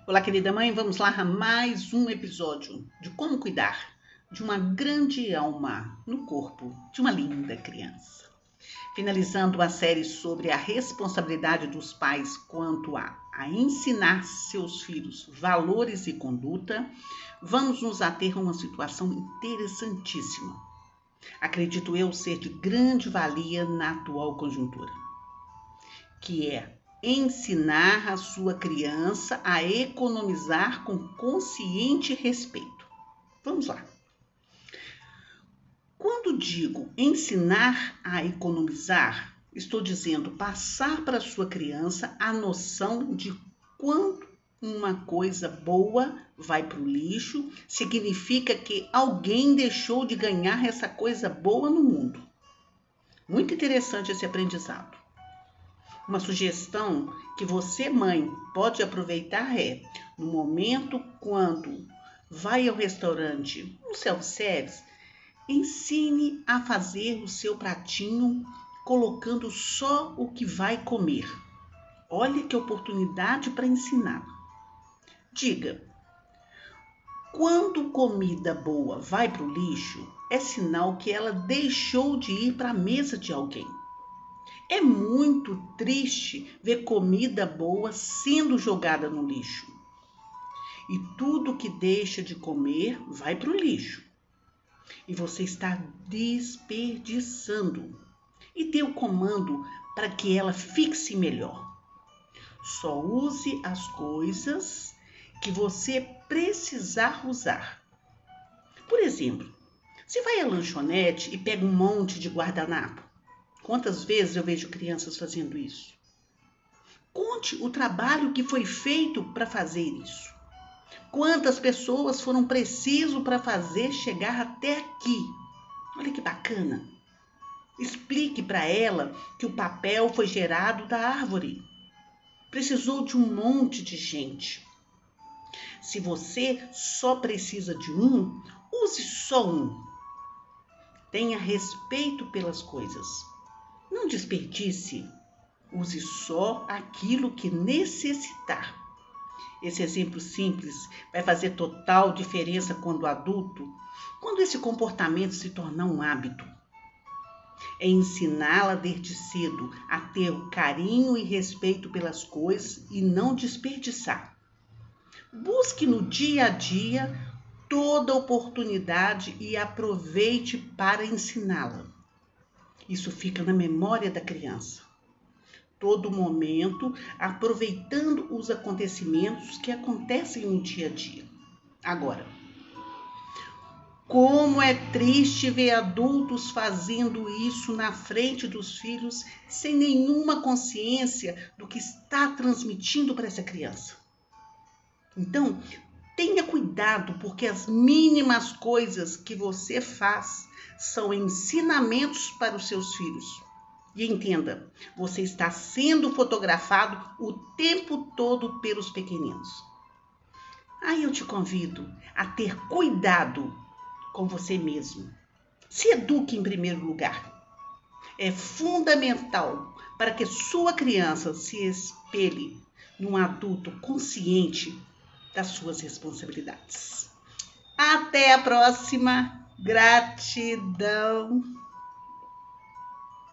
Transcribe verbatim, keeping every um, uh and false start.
Olá, querida mãe, vamos lá a mais um episódio de como cuidar de uma grande alma no corpo de uma linda criança. Finalizando a série sobre a responsabilidade dos pais quanto a, a ensinar seus filhos valores e conduta, vamos nos ater a uma situação interessantíssima. Acredito eu ser de grande valia na atual conjuntura, que é ensinar a sua criança a economizar com consciente respeito. Vamos lá. Quando digo ensinar a economizar, estou dizendo passar para a sua criança a noção de quando uma coisa boa vai para o lixo, significa que alguém deixou de ganhar essa coisa boa no mundo. Muito interessante esse aprendizado. Uma sugestão que você, mãe, pode aproveitar é, no momento quando vai ao restaurante, no self-service, ensine a fazer o seu pratinho colocando só o que vai comer. Olha que oportunidade para ensinar. Diga, quando comida boa vai para o lixo, é sinal que ela deixou de ir para a mesa de alguém. É muito triste ver comida boa sendo jogada no lixo. E tudo que deixa de comer vai para o lixo. E você está desperdiçando. E dê o comando para que ela fixe melhor. Só use as coisas que você precisar usar. Por exemplo, se vai à lanchonete e pega um monte de guardanapo, quantas vezes eu vejo crianças fazendo isso? Conte o trabalho que foi feito para fazer isso. Quantas pessoas foram precisas para fazer chegar até aqui? Olha que bacana. Explique para ela que o papel foi gerado da árvore. Precisou de um monte de gente. Se você só precisa de um, use só um. Tenha respeito pelas coisas. Não desperdice, use só aquilo que necessitar. Esse exemplo simples vai fazer total diferença quando adulto, quando esse comportamento se tornar um hábito. É ensiná-la desde cedo a ter o carinho e respeito pelas coisas e não desperdiçar. Busque no dia a dia toda oportunidade e aproveite para ensiná-la. Isso fica na memória da criança. Todo momento, aproveitando os acontecimentos que acontecem no dia a dia. Agora, como é triste ver adultos fazendo isso na frente dos filhos sem nenhuma consciência do que está transmitindo para essa criança. Então, tenha cuidado, porque as mínimas coisas que você faz são ensinamentos para os seus filhos. E entenda, você está sendo fotografado o tempo todo pelos pequeninos. Aí eu te convido a ter cuidado com você mesmo. Se eduque em primeiro lugar. É fundamental para que sua criança se espelhe num adulto consciente das suas responsabilidades. Até a próxima. Gratidão.